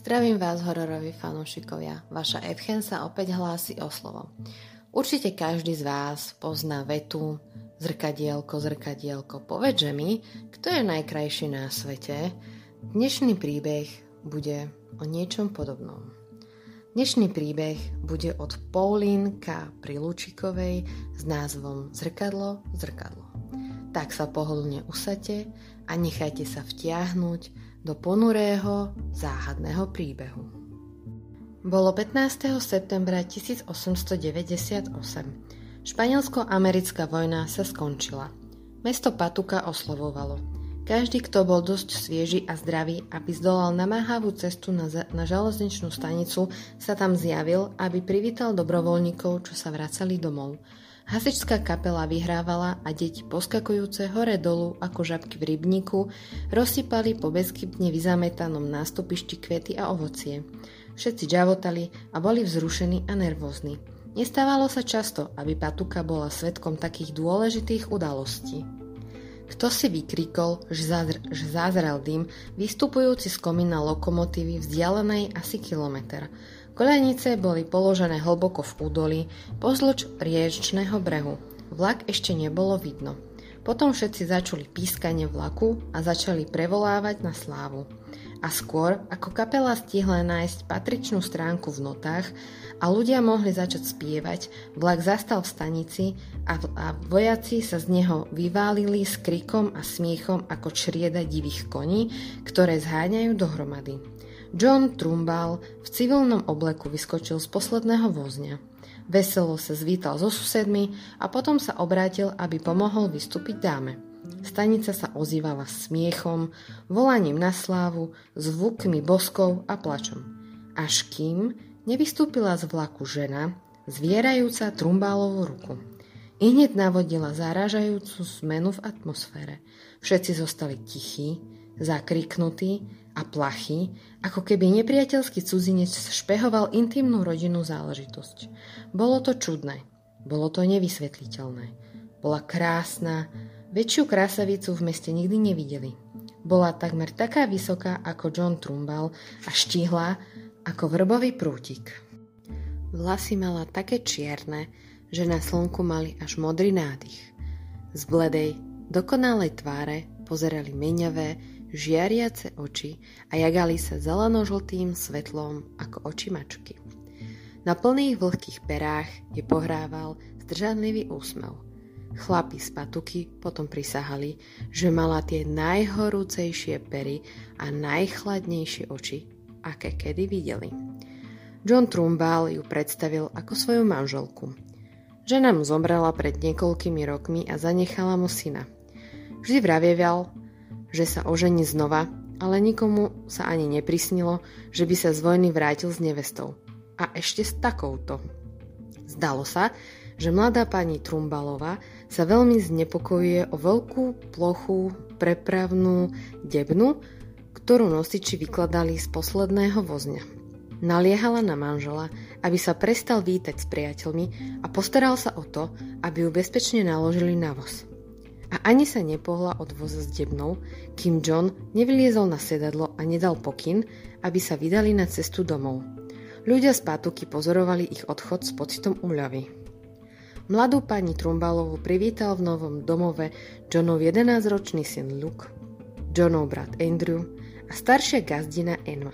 Zdravím vás, hororoví fanúšikovia. Vaša Evchen sa opäť hlási o slovo. Určite každý z vás pozná vetu zrkadielko, zrkadielko, povedže mi, kto je najkrajší na svete. Dnešný príbeh bude o niečom podobnom. Dnešný príbeh bude od Pauline K. Prilúčikovej s názvom Zrkadlo, zrkadlo. Tak sa pohodlne usaďte a nechajte sa vtiahnuť do ponurého, záhadného príbehu. Bolo 15. septembra 1898. Španielsko-americká vojna sa skončila. Mesto Patuca oslovovalo. Každý, kto bol dosť svieži a zdravý, aby zdolal namáhavú cestu na železničnú stanicu, sa tam zjavil, aby privítal dobrovoľníkov, čo sa vracali domov. Hasičská kapela vyhrávala a deti poskakujúce hore-dolu ako žabky v rybníku rozsypali po bezchybne vyzametanom nástupišti kvety a ovocie. Všetci džavotali a boli vzrušení a nervózni. Nestávalo sa často, aby Patuca bola svedkom takých dôležitých udalostí. Kto si vykríkol, že zázrel dym, vystupujúci z komína lokomotívy vzdialenej asi kilometr. Koľajnice boli položené hlboko v údolí, pozdĺž riečného brehu. Vlak ešte nebolo vidno. Potom všetci začuli pískanie vlaku a začali prevolávať na slávu. A skôr, ako kapela stihla nájsť patričnú stránku v notách a ľudia mohli začať spievať, vlak zastal v stanici a vojaci sa z neho vyválili s krikom a smiechom ako črieda divých koní, ktoré zháňajú dohromady. John Trumbull v civilnom obleku vyskočil z posledného vozňa. Veselo sa zvítal so susedmi a potom sa obrátil, aby pomohol vystúpiť dáme. Stanica sa ozývala smiechom, volaním na slávu, zvukmi boskov a plačom. Až kým nevystúpila z vlaku žena, zvierajúca Trumbullovú ruku. I hneď navodila zarážajúcu zmenu v atmosfére. Všetci zostali tichí, zakriknutí a plachý, ako keby nepriateľský cudzinec špehoval intimnú rodinnú záležitosť. Bolo to čudné, bolo to nevysvetliteľné. Bola krásna, väčšiu krásavicu v meste nikdy nevideli. Bola takmer taká vysoká ako John Trumbull a štíhla ako vrbový prútik. Vlasy mala také čierne, že na slnku mali až modrý nádych. Z bledej, dokonalej tváre pozerali meňavé, žiariace oči a jagali sa zeleno-žltým svetlom ako oči mačky. Na plných vlhkých perách je pohrával zdržanlivý úsmev. Chlapi z Patuky potom prisahali, že mala tie najhorúcejšie pery a najchladnejšie oči, aké kedy videli. John Trumbull ju predstavil ako svoju manželku. Žena mu zomrela pred niekoľkými rokmi a zanechala mu syna. Vždy vravieval, že sa ožení znova, ale nikomu sa ani neprisnilo, že by sa z vojny vrátil s nevestou. A ešte s takouto. Zdalo sa, že mladá pani Trumbullová sa veľmi znepokojuje o veľkú plochu prepravnú debnu, ktorú nosiči vykladali z posledného vozňa. Naliehala na manžela, aby sa prestal vítať s priateľmi a postaral sa o to, aby ju bezpečne naložili na voz. A ani sa nepohla od voza s debnou, kým John nevyliezol na sedadlo a nedal pokyn, aby sa vydali na cestu domov. Ľudia z Patuky pozorovali ich odchod s pocitom úľavy. Mladú pani Trumbullovú privítal v novom domove Johnov 11-ročný syn Luke, Johnov brat Andrew a staršia gazdina Emma.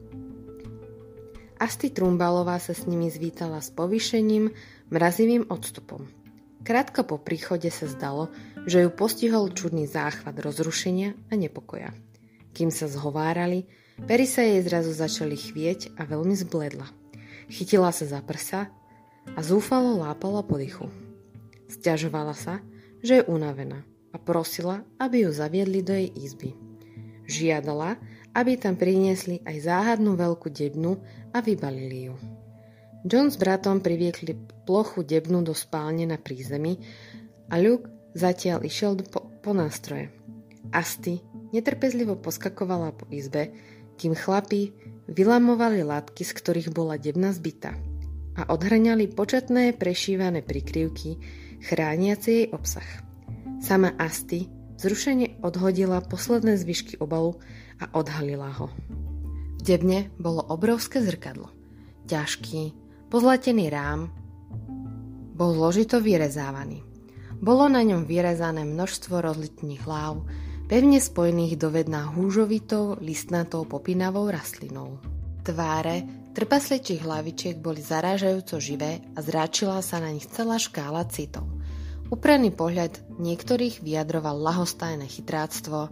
Asti Trumbullová sa s nimi zvítala s povýšením, mrazivým odstupom. Krátko po príchode sa zdalo, že ju postihol čudný záchvat rozrušenia a nepokoja. Kým sa zhovárali, pery sa jej zrazu začali chvieť a veľmi zbledla. Chytila sa za prsa a zúfalo lápala po dychu. Sťažovala sa, že je unavená a prosila, aby ju zaviedli do jej izby. Žiadala, aby tam priniesli aj záhadnú veľkú debnu a vybalili ju. John s bratom priviekli plochu debnu do spálne na prízemí a Luke zatiaľ išiel po nástroje. Asti netrpezlivo poskakovala po izbe, kým chlapi vylamovali látky, z ktorých bola debna zbitá a odhrňali početné prešívané prikryvky chrániace jej obsah. Sama Asti zrušene odhodila posledné zvyšky obalu a odhalila ho. V debne bolo obrovské zrkadlo. Ťažký, pozlatený rám bol zložito vyrezávaný. Bolo na ňom vyrezané množstvo rozlitných hlav, pevne spojených do vedna húžovitou, listnatou, popínavou rastlinou. Tváre trpaslečích hlavičiek boli zarážajúco živé a zráčila sa na nich celá škála citov. Uprený pohľad niektorých vyjadroval ľahostajné chytráctvo,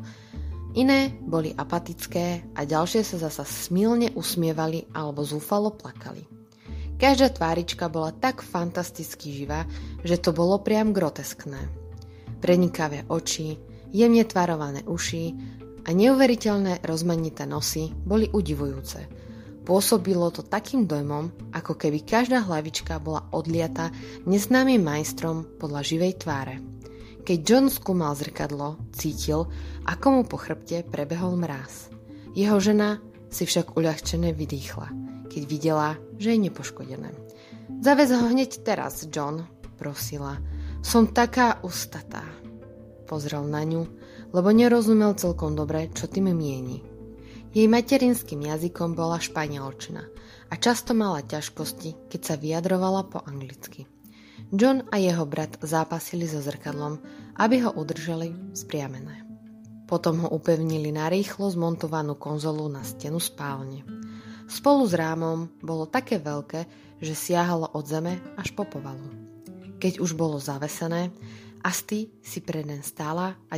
iné boli apatické a ďalšie sa zasa smilne usmievali alebo zúfalo plakali. Každá tvárička bola tak fantasticky živá, že to bolo priam groteskné. Prenikavé oči, jemne tvarované uši a neuveriteľné rozmanité nosy boli udivujúce. Pôsobilo to takým dojmom, ako keby každá hlavička bola odliata neznámym majstrom podľa živej tváre. Keď John skúmal zrkadlo, cítil, ako mu po chrbte prebehol mráz. Jeho žena si však uľahčene vydýchla, keď videla, že je nepoškodené. Zavez ho hneď teraz, John, prosila. Som taká ustatá. Pozrel na ňu, lebo nerozumel celkom dobre, čo tým mieni. Jej materinským jazykom bola španielčina a často mala ťažkosti, keď sa vyjadrovala po anglicky. John a jeho brat zápasili so zrkadlom, aby ho udržali spriamené. Potom ho upevnili na rýchlo zmontovanú konzolu na stenu spálne. Spolu s rámom bolo také veľké, že siahalo od zeme až po povalu. Keď už bolo zavesené, Asti si preden stála a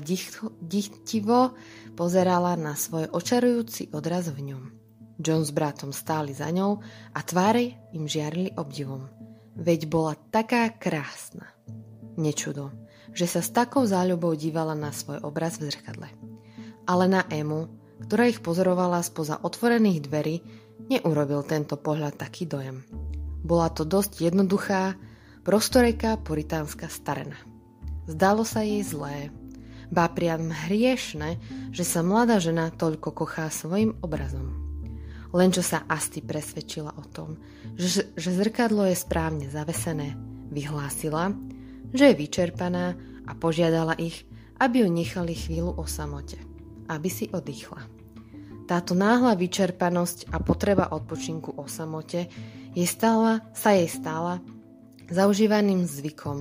dichtivo pozerala na svoj očarujúci odraz v ňom. John s bratom stáli za ňou a tváre im žiarili obdivom. Veď bola taká krásna. Nečudo, že sa s takou záľubou dívala na svoj obraz v zrkadle. Ale na Emu, ktorá ich pozorovala spoza otvorených dverí, neurobil tento pohľad taký dojem. Bola to dosť jednoduchá, prostoreká puritánska starena. Zdalo sa jej zlé, ba priam hriešne, že sa mladá žena toľko kochá svojim obrazom. Len čo sa Asti presvedčila o tom, že zrkadlo je správne zavesené, vyhlásila, že je vyčerpaná a požiadala ich, aby ju nechali chvíľu o samote, aby si oddychla. Táto náhla vyčerpanosť a potreba odpočinku o samote sa jej stala zaužívaným zvykom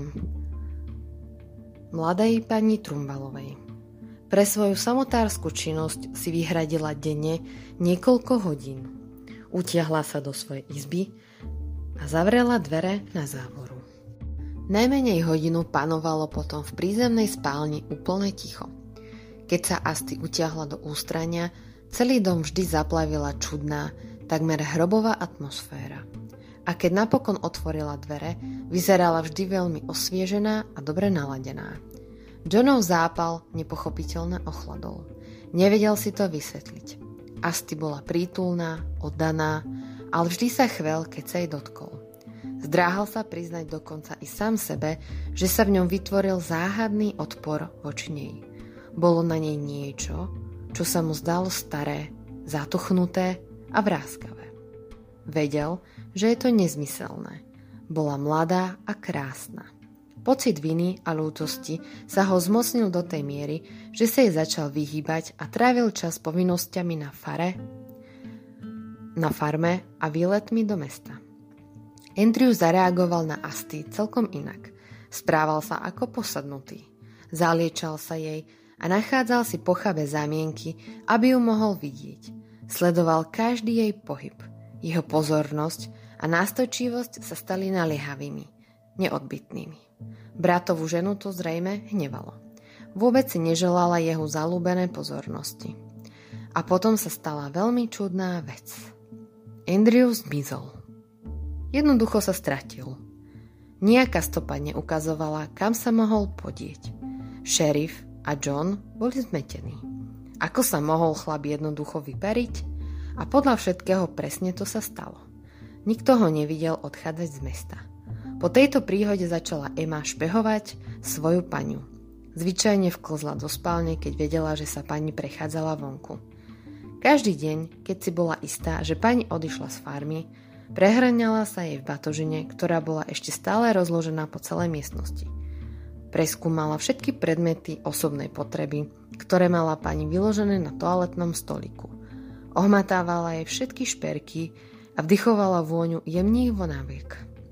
mladej pani Trumballovej. Pre svoju samotársku činnosť si vyhradila denne niekoľko hodín. Utiahla sa do svojej izby a zavrela dvere na závoru. Najmenej hodinu panovalo potom v prízemnej spálni úplne ticho. Keď sa Asti utiahla do ústrania, celý dom vždy zaplavila čudná, takmer hrobová atmosféra. A keď napokon otvorila dvere, vyzerala vždy veľmi osviežená a dobre naladená. Johnov zápal nepochopiteľne ochladol. Nevedel si to vysvetliť. Asti bola prítulná, oddaná, ale vždy sa chvel, keď sa jej dotkol. Zdráhal sa priznať dokonca i sám sebe, že sa v ňom vytvoril záhadný odpor voči nej. Bolo na nej niečo, čo sa mu zdalo staré, zatuchnuté a vráskavé. Vedel, že je to nezmyselné. Bola mladá a krásna. Pocit viny a ľútosti sa ho zmocnil do tej miery, že sa jej začal vyhýbať a trávil čas povinnosťami na farme a výletmi do mesta. Andrew zareagoval na Asti celkom inak. Správal sa ako posadnutý. Zaliečal sa jej a nachádzal si pochavé zámienky, aby ju mohol vidieť. Sledoval každý jej pohyb. Jeho pozornosť a nástojčivosť sa stali naliehavými, neodbytnými. Bratovú ženu to zrejme hnevalo. Vôbec si neželala jeho zalúbené pozornosti. A potom sa stala veľmi čudná vec. Andrew zmizol. Jednoducho sa stratil. Nejaká stopa neukazovala, kam sa mohol podieť. Šerif a John boli zmetení. Ako sa mohol chlap jednoducho vypariť? A podľa všetkého presne to sa stalo. Nikto ho nevidel odchádzať z mesta. Po tejto príhode začala Emma špehovať svoju paňu. Zvyčajne vklzla do spálne, keď vedela, že sa pani prechádzala vonku. Každý deň, keď si bola istá, že pani odišla z farmy, prehŕňala sa jej v batožine, ktorá bola ešte stále rozložená po celej miestnosti. Preskúmala všetky predmety osobnej potreby, ktoré mala pani vyložené na toaletnom stoliku. Ohmatávala jej všetky šperky a vdychovala vôňu jemných vonaviek.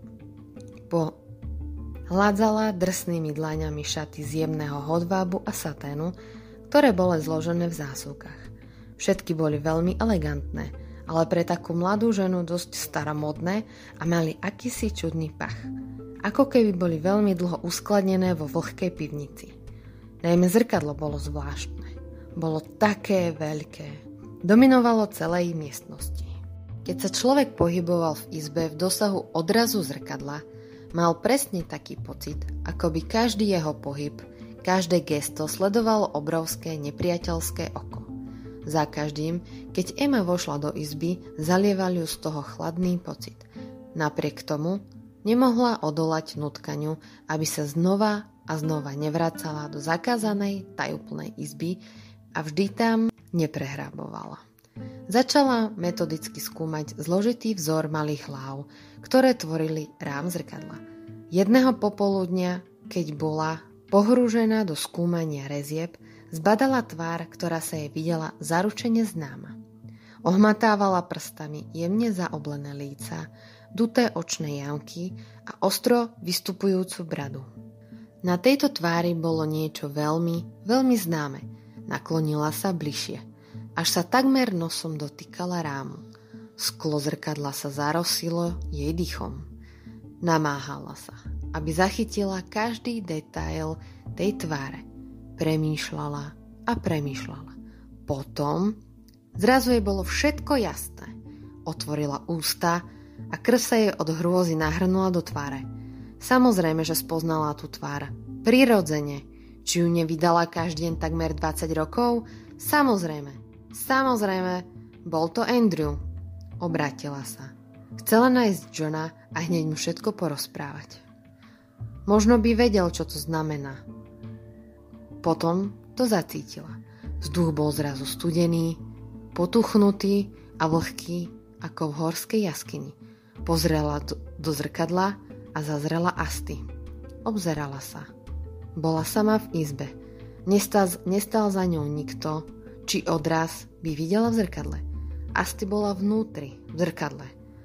Hľadzala drsnými dlaňami šaty z jemného hodvábu a saténu, ktoré boli zložené v zásuvkách. Všetky boli veľmi elegantné, ale pre takú mladú ženu dosť staromodné a mali akýsi čudný pach. Ako keby boli veľmi dlho uskladnené vo vlhkej pivnici. Najmä zrkadlo bolo zvláštne. Bolo také veľké. Dominovalo celej miestnosti. Keď sa človek pohyboval v izbe v dosahu odrazu zrkadla, mal presne taký pocit, ako by každý jeho pohyb, každé gesto sledovalo obrovské nepriateľské oko. Za každým, keď Emma vošla do izby, zalieval ju z toho chladný pocit. Napriek tomu nemohla odolať nutkaniu, aby sa znova a znova nevracala do zakázanej tajúplnej izby a vždy tam neprehrábovala. Začala metodicky skúmať zložitý vzor malých hlav, ktoré tvorili rám zrkadla. Jedného popoludnia, keď bola pohrúžená do skúmania rezieb, zbadala tvár, ktorá sa jej videla zaručene známa. Ohmatávala prstami jemne zaoblené líca, duté očné jamky a ostro vystupujúcu bradu. Na tejto tvári bolo niečo veľmi, veľmi známe. Naklonila sa bližšie, až sa takmer nosom dotýkala rámu. Sklo zrkadla sa zarosilo jej dýchom. Namáhala sa, aby zachytila každý detail tej tváre. Premýšľala a premýšľala. Potom zrazu jej bolo všetko jasné. Otvorila ústa a krv sa jej od hrôzy nahrnula do tváre. Samozrejme, že spoznala tú tvár. Prirodzene. Či ju nevydala každý deň takmer 20 rokov? Samozrejme, bol to Andrew. Obrátila sa. Chcela nájsť Johna a hneď mu všetko porozprávať. Možno by vedel, čo to znamená. Potom to zacítila. Vzduch bol zrazu studený, potuchnutý a vlhký ako v horskej jaskyni. Pozrela do zrkadla a zazrela Asti. Obzerala sa. Bola sama v izbe. Nestal za ňou nikto, či odraz by videla v zrkadle. Asti bola vnútri, v zrkadle.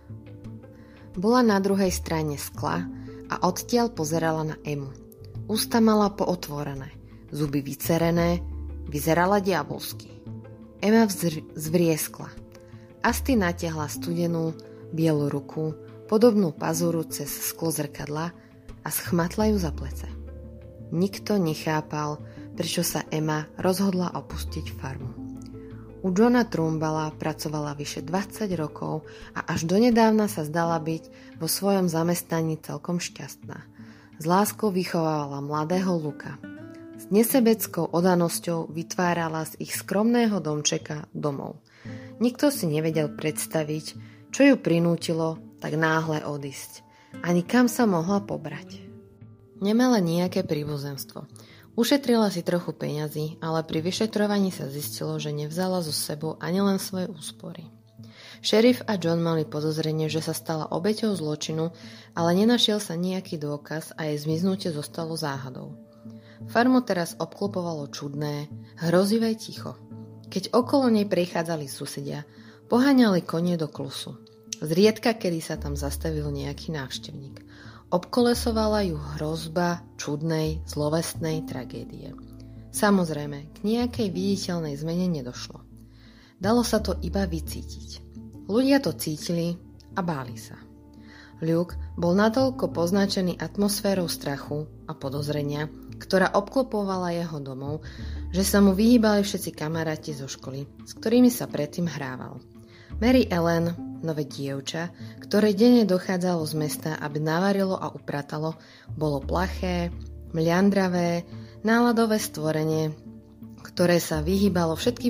Bola na druhej strane skla a odtiaľ pozerala na Emu. Ústa mala pootvorené, zuby vycerené, vyzerala diabolsky. Emma zvrieskla. Asti natiahla studenú, bielu ruku, podobnú pazúru cez sklo zrkadla a schmatla ju za plece. Nikto nechápal, prečo sa Emma rozhodla opustiť farmu. U Johna Trumbala pracovala vyše 20 rokov a až donedávna sa zdala byť vo svojom zamestnaní celkom šťastná. S láskou vychovávala mladého Luka. S nesebeckou odanosťou vytvárala z ich skromného domčeka domov. Nikto si nevedel predstaviť, čo ju prinútilo tak náhle odísť. Ani kam sa mohla pobrať. Nemala nejaké príbuzenstvo. Ušetrila si trochu peňazí, ale pri vyšetrovaní sa zistilo, že nevzala so sebou ani len svoje úspory. Šerif a John mali podozrenie, že sa stala obeťou zločinu, ale nenašiel sa nejaký dôkaz a jej zmiznutie zostalo záhadou. Farmu teraz obklopovalo čudné, hrozivé ticho. Keď okolo nej prechádzali susedia, poháňali konie do klusu. Zriedka, kedy sa tam zastavil nejaký návštevník. Obkolesovala ju hrozba čudnej, zlovestnej tragédie. Samozrejme, k nejakej viditeľnej zmene nedošlo. Dalo sa to iba vycítiť. Ľudia to cítili a báli sa. Luke bol natoľko poznačený atmosférou strachu a podozrenia, ktorá obklopovala jeho domov, že sa mu vyhýbali všetci kamaráti zo školy, s ktorými sa predtým hrával. Mary Ellen, nové dievča, ktoré denne dochádzalo z mesta, aby navarilo a upratalo, bolo plaché, mliandravé, náladové stvorenie, ktoré sa vyhýbalo všetkým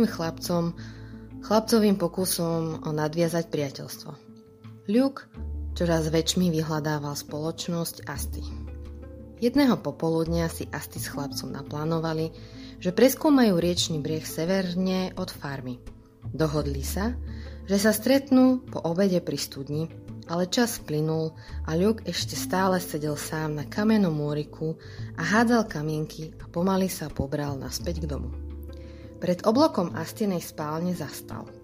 chlapcovým pokusom o nadviazať priateľstvo. Luke čoraz väčšmi vyhľadával spoločnosť Asti. Jedného popoludnia si Asti s chlapcom naplánovali, že preskúmajú riečny brieh severne od farmy. Dohodli sa, že sa stretnú po obede pri studni, ale čas plynul a Luke ešte stále sedel sám na kamennom múriku a hádzal kamienky a pomaly sa pobral naspäť k domu. Pred oblokom Astinej spálne zastal.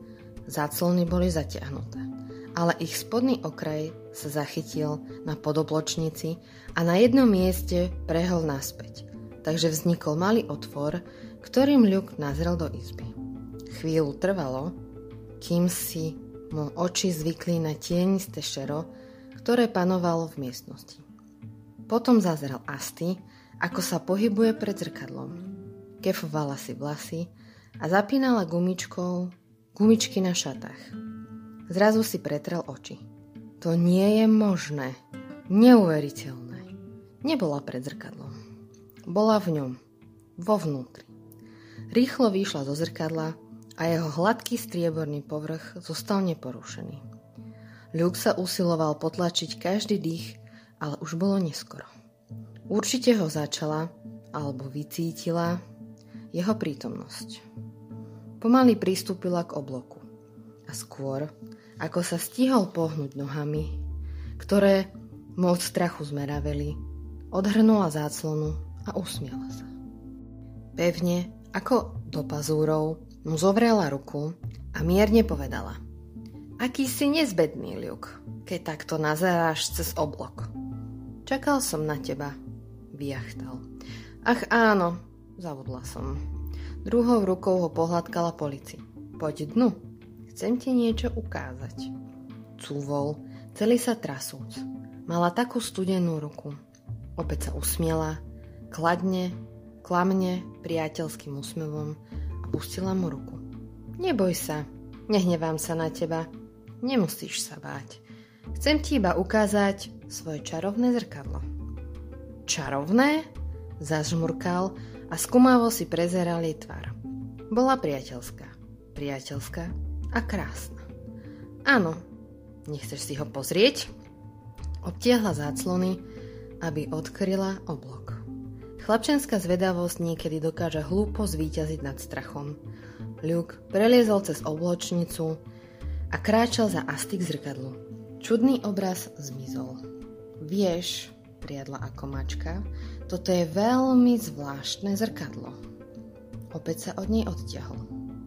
Záclony boli zatiahnuté, ale ich spodný okraj sa zachytil na podobločnici a na jednom mieste prehol naspäť, takže vznikol malý otvor, ktorým Luke nazrel do izby. Chvíľu trvalo, kým si mu oči zvykli na tienisté šero, ktoré panovalo v miestnosti. Potom zazrel Asti, ako sa pohybuje pred zrkadlom. Kefovala si vlasy a zapínala gumičky na šatách. Zrazu si pretrel oči. To nie je možné. Neuveriteľné. Nebola pred zrkadlom. Bola v ňom. Vo vnútri. Rýchlo vyšla zo zrkadla a jeho hladký strieborný povrch zostal neporušený. Luke sa usiloval potlačiť každý dých, ale už bolo neskoro. Určite ho začala alebo vycítila jeho prítomnosť. Pomaly pristúpila k obloku a skôr, ako sa stihol pohnúť nohami, ktoré mu od strachu zmeraveli, odhrnula záclonu a usmiala sa. Pevne, ako do pazúrov, mu zovrela ruku a mierne povedala: Aký si nezbedný, Luke, keď takto nazeráš cez oblok. Čakal som na teba, vyjachtal. Ach áno, zavodla som. Druhou rukou ho pohľadkala po lici. Poď dnu, chcem ti niečo ukázať. Cúvol, celý sa trasúc. Mala takú studenú ruku. Opäť sa usmiela, klamne, priateľským úsmevom a pustila mu ruku. Neboj sa, nehnevám sa na teba, nemusíš sa báť. Chcem ti iba ukázať svoje čarovné zrkadlo. Čarovné? Zažmurkal a skumavo si prezeral jej tvár. Bola priateľská a krásna. Áno, nechceš si ho pozrieť? Obtiahla záclony, aby odkryla oblok. Chlapčenská zvedavosť niekedy dokáže hlúpo zvíťaziť nad strachom. Luke preliezol cez obločnicu a kráčal za Asti k zrkadlu. Čudný obraz zmizol. Vieš, priadla ako mačka, toto je veľmi zvláštne zrkadlo. Opäť sa od nej odtiahol.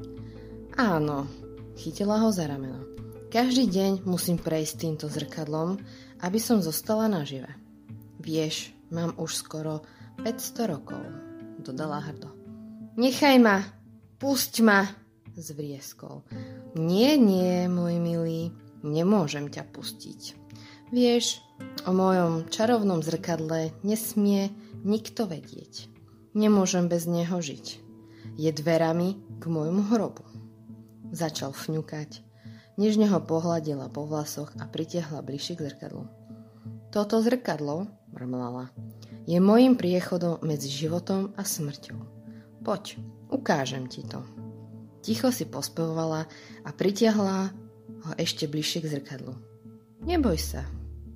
Áno, chytila ho za rameno. Každý deň musím prejsť týmto zrkadlom, aby som zostala nažive. Vieš, mám už skoro 500 rokov, dodala hrdo. Nechaj ma, pusť ma, zvrieskol. Nie, môj milý, nemôžem ťa pustiť. Vieš, o mojom čarovnom zrkadle nesmie nikto vedieť. Nemôžem bez neho žiť. Je dverami k môjmu hrobu. Začal fňukať. Nežne ho pohľadila po vlasoch a pritiahla bližšie k zrkadlu. Toto zrkadlo, mrmlala, je mojím priechodom medzi životom a smrťou. Poď, ukážem ti to. Ticho si pospevovala a pritiahla ho ešte bližšie k zrkadlu. Neboj sa,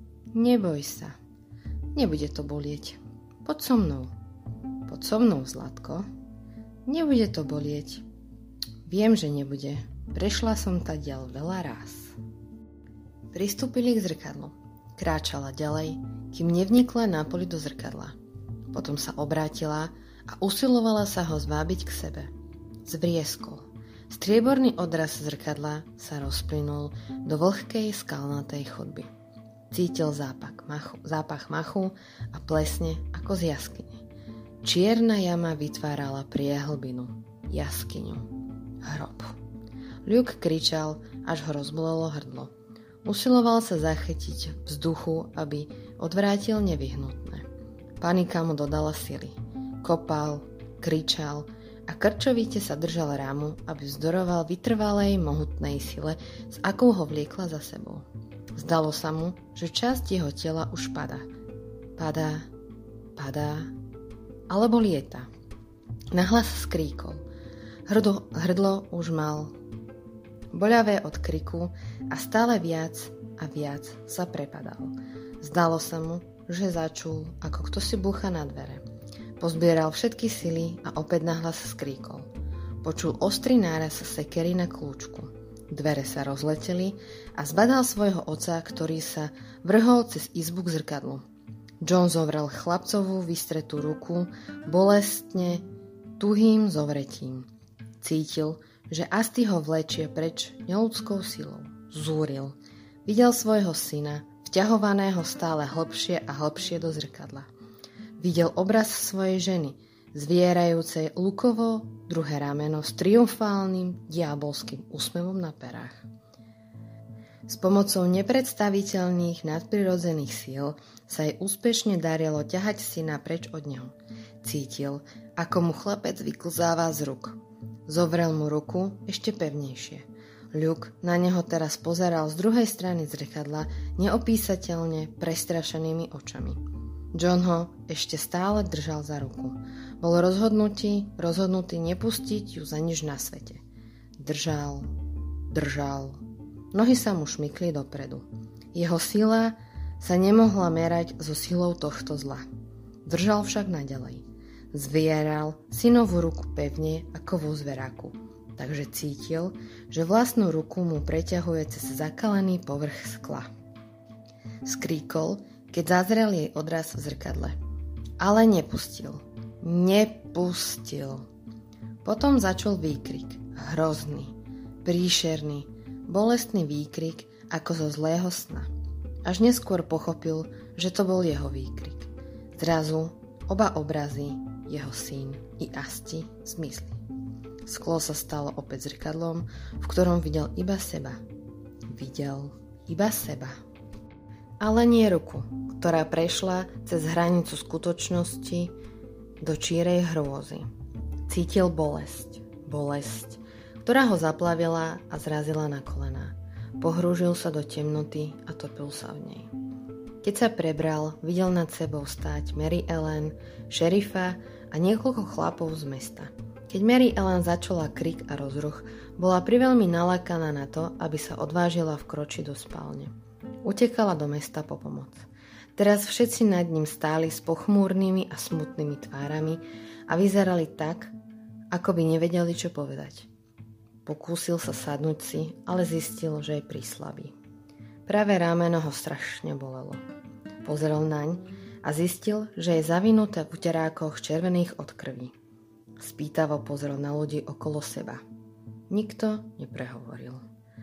nebude to bolieť. Poď so mnou, Zlatko. Nebude to bolieť. Viem, že nebude. Prešla som tadiaľ veľa ráz. Pristúpili k zrkadlu. Kráčala ďalej, kým nevnikla nápoli do zrkadla. Potom sa obrátila a usilovala sa ho zvábiť k sebe. Zvrieskol. Strieborný odraz zrkadla sa rozplynul do vlhkej skalnatej chodby. Cítil zápach machu a plesne ako z jaskyne. Čierna jama vytvárala priehlbinu, jaskyňu, hrob. Luke kričal, až ho rozbolelo hrdlo. Usiloval sa zachytiť vzduchu, aby odvrátil nevyhnutné. Panika mu dodala sily. Kopal, kričal a krčovite sa držal rámu, aby vzdoroval vytrvalej, mohutnej sile, s akou ho vliekla za sebou. Zdalo sa mu, že časť jeho tela už padá, alebo lieta. Nahlas skríkol. Hrdlo už mal boľavé od kriku a stále viac a viac sa prepadal. Zdalo sa mu, že začul, ako kto si búcha na dvere. Pozbieral všetky sily a opäť nahlas skríkol. Počul ostrý náraz sekery na kľúčku. Dvere sa rozleteli a zbadal svojho otca, ktorý sa vrhol cez izbu k zrkadlu. John zovrel chlapcovú vystretú ruku bolestne, tuhým zovretím. Cítil, že Asti ho vlečie preč neľudskou silou. Zúril. Videl svojho syna, vťahovaného stále hlbšie a hlbšie do zrkadla. Videl obraz svojej ženy, zvierajúcej lukovo druhé rameno s triumfálnym diabolským úsmevom na perách. S pomocou nepredstaviteľných nadprirodzených síl sa jej úspešne darilo ťahať syna preč od neho. Cítil, ako mu chlapec vyklzáva z ruk. Zovrel mu ruku ešte pevnejšie. Luke na neho teraz pozeral z druhej strany zrkadla neopísateľne prestrašenými očami. John ho ešte stále držal za ruku. Bol rozhodnutý nepustiť ju za nič na svete. Držal. Nohy sa mu šmykli dopredu. Jeho sila sa nemohla merať so silou tohto zla. Držal však naďalej. Zvieral synovú ruku pevne ako vo zveráku. Takže cítil, že vlastnú ruku mu preťahuje cez zakalený povrch skla. Skríkol, keď zazrel jej odraz v zrkadle. Ale nepustil. Potom začal výkrik. Hrozný, príšerný, bolestný výkrik ako zo zlého sna. Až neskôr pochopil, že to bol jeho výkrik. Zrazu oba obrazy, jeho syn i Asti, zmizli. Sklo sa stalo opäť zrkadlom, v ktorom videl iba seba. Ale nie ruku, ktorá prešla cez hranicu skutočnosti do čírej hrôzy. Cítil bolesť, ktorá ho zaplavila a zrazila na kolená. Pohrúžil sa do temnoty a topil sa v nej. Keď sa prebral, videl nad sebou stáť Mary Ellen, šerifa a niekoľko chlapov z mesta. Keď Mary Ellen začula krik a rozruch, bola priveľmi nalákaná na to, aby sa odvážila vkročiť do spálne. Utekala do mesta po pomoc. Teraz všetci nad ním stáli s pochmúrnymi a smutnými tvárami a vyzerali tak, ako by nevedeli, čo povedať. Pokúsil sa sadnúť si, ale zistil, že je príslabý. Pravé rameno ho strašne bolelo. Pozrel naň a zistil, že je zavinuté v uterákoch červených od krvi. Spýtavo pozrel na ľudí okolo seba. Nikto neprehovoril.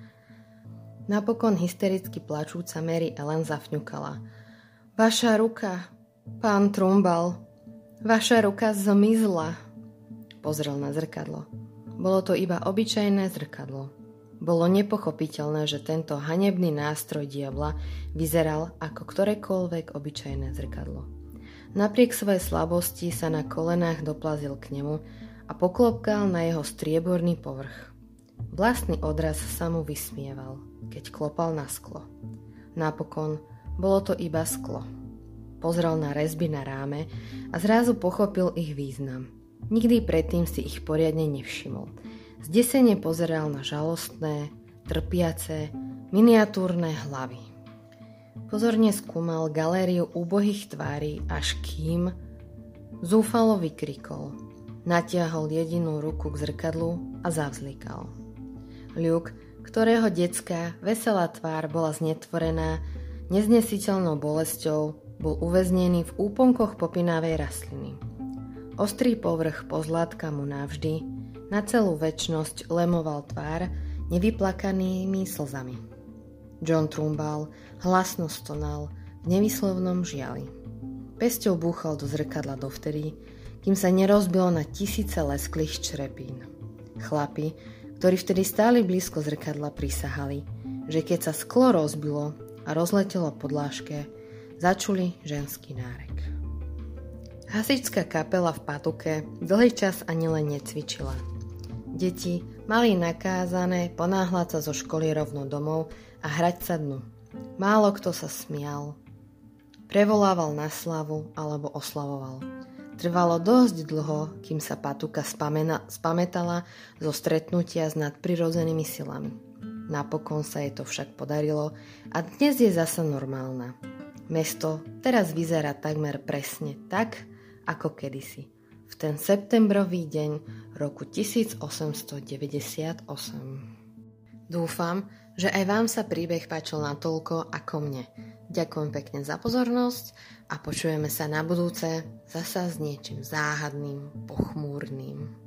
Napokon hystericky plačúca Mary Ellen zafňukala. Vaša ruka, pán Trumbull, vaša ruka zmizla. Pozrel na zrkadlo. Bolo to iba obyčajné zrkadlo. Bolo nepochopiteľné, že tento hanebný nástroj diabla vyzeral ako ktorékoľvek obyčajné zrkadlo. Napriek svojej slabosti sa na kolenách doplazil k nemu a poklopkal na jeho strieborný povrch. Vlastný odraz sa mu vysmieval, keď klopal na sklo. Napokon bolo to iba sklo. Pozrel na rezby na ráme a zrazu pochopil ich význam. Nikdy predtým si ich poriadne nevšimol. Zdesene pozeral na žalostné, trpiace, miniatúrne hlavy. Pozorne skúmal galériu úbohých tvári, až kým zúfalo vykrikol. Natiahol jedinú ruku k zrkadlu a zavzlikal. Luke, ktorého detská, veselá tvár bola znetvorená neznesiteľnou bolesťou, bol uväznený v úponkoch popínavej rastliny. Ostrý povrch pozlátka mu navždy, na celú večnosť lemoval tvár nevyplakanými slzami. John Trumbull hlasno stonal v nevyslovnom žiali. Pesťou búchal do zrkadla dovtedy, kým sa nerozbilo na tisíce lesklých črepín. Chlapi, ktorí vtedy stáli blízko zrkadla, prisahali, že keď sa sklo rozbilo a rozletelo po dláške, začuli ženský nárek. Hasičská kapela v Patuke dlhý čas ani len necvičila. Deti mali nakázané ponáhľať sa zo školy rovno domov a hrať sa dnu. Málo kto sa smial, prevolával na slavu alebo oslavoval. Trvalo dosť dlho, kým sa Patuka spamätala zo stretnutia s nadprirodzenými silami. Napokon sa jej to však podarilo a dnes je zasa normálna. Mesto teraz vyzerá takmer presne tak, ako kedysi, v ten septembrový deň roku 1898. Dúfam, že aj vám sa príbeh páčil natoľko ako mne. Ďakujem pekne za pozornosť a počujeme sa na budúce zasa s niečím záhadným, pochmúrnym.